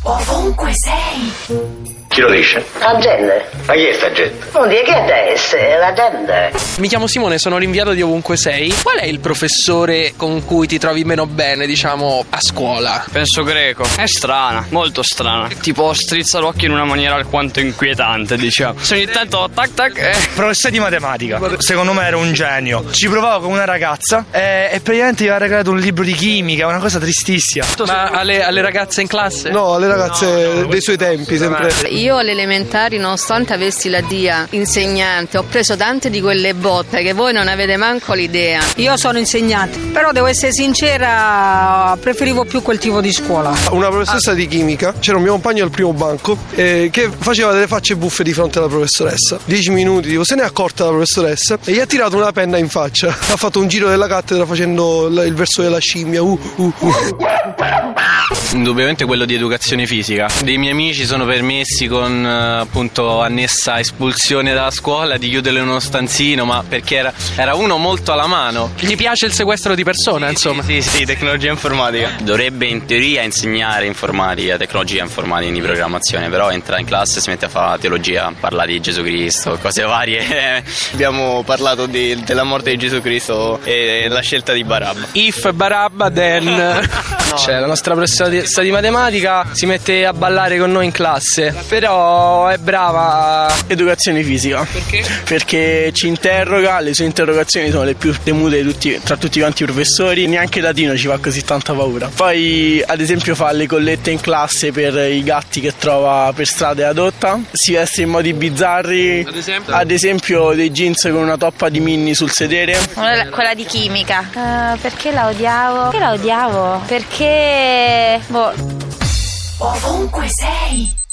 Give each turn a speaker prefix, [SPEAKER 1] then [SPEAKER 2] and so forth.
[SPEAKER 1] Ovunque sei.
[SPEAKER 2] Chi lo dice?
[SPEAKER 3] La gente.
[SPEAKER 2] Ma chi è sta gente?
[SPEAKER 3] Non dire che è essere, la gente.
[SPEAKER 4] Mi chiamo Simone, sono l'inviato di Ovunque Sei. Qual è il professore con cui ti trovi meno bene, diciamo, a scuola?
[SPEAKER 5] Penso greco. È strana, molto strana. Tipo strizza l'occhio in una maniera alquanto inquietante, diciamo. Se ogni tanto tac tac.
[SPEAKER 6] Professore di matematica. Secondo me era un genio. Ci provavo con una ragazza e praticamente gli aveva regalato un libro di chimica, una cosa tristissima.
[SPEAKER 4] Ma alle ragazze in classe?
[SPEAKER 7] No, alle ragazze dei suoi tempi, sempre.
[SPEAKER 8] Io alle elementari, nonostante avessi la DIA insegnante, ho preso tante di quelle botte che voi non avete manco l'idea.
[SPEAKER 9] Io sono insegnante, però devo essere sincera, preferivo più quel tipo di scuola.
[SPEAKER 7] Una professoressa di chimica, c'era un mio compagno al primo banco che faceva delle facce buffe di fronte alla professoressa. 10 minuti, tipo, se ne è accorta la professoressa e gli ha tirato una penna in faccia. Ha fatto un giro della cattedra facendo il verso della scimmia.
[SPEAKER 10] Indubbiamente quello di educazione fisica. Dei miei amici sono permessi con appunto annessa espulsione dalla scuola di chiuderlo in uno stanzino, ma perché era uno molto alla mano.
[SPEAKER 4] Gli piace il sequestro di persona, insomma.
[SPEAKER 5] Sì, tecnologia informatica.
[SPEAKER 11] Dovrebbe in teoria insegnare informatica, tecnologia informatica di programmazione, però entra in classe e si mette a fare teologia, parla di Gesù Cristo, cose varie.
[SPEAKER 5] Abbiamo parlato della morte di Gesù Cristo e la scelta di Barabba.
[SPEAKER 4] If Barabba, then... Cioè, la nostra professoressa di matematica si mette a ballare con noi in classe, però è brava.
[SPEAKER 12] Educazione fisica.
[SPEAKER 4] Perché?
[SPEAKER 12] Perché ci interroga, le sue interrogazioni sono le più temute tra tutti quanti i professori, neanche il latino ci fa così tanta paura. Poi ad esempio fa le collette in classe per i gatti che trova per strada e adotta, si veste in modi bizzarri, ad esempio dei jeans con una toppa di Minnie sul sedere.
[SPEAKER 13] Quella di chimica. Perché la odiavo? Perché
[SPEAKER 1] Ovunque sei.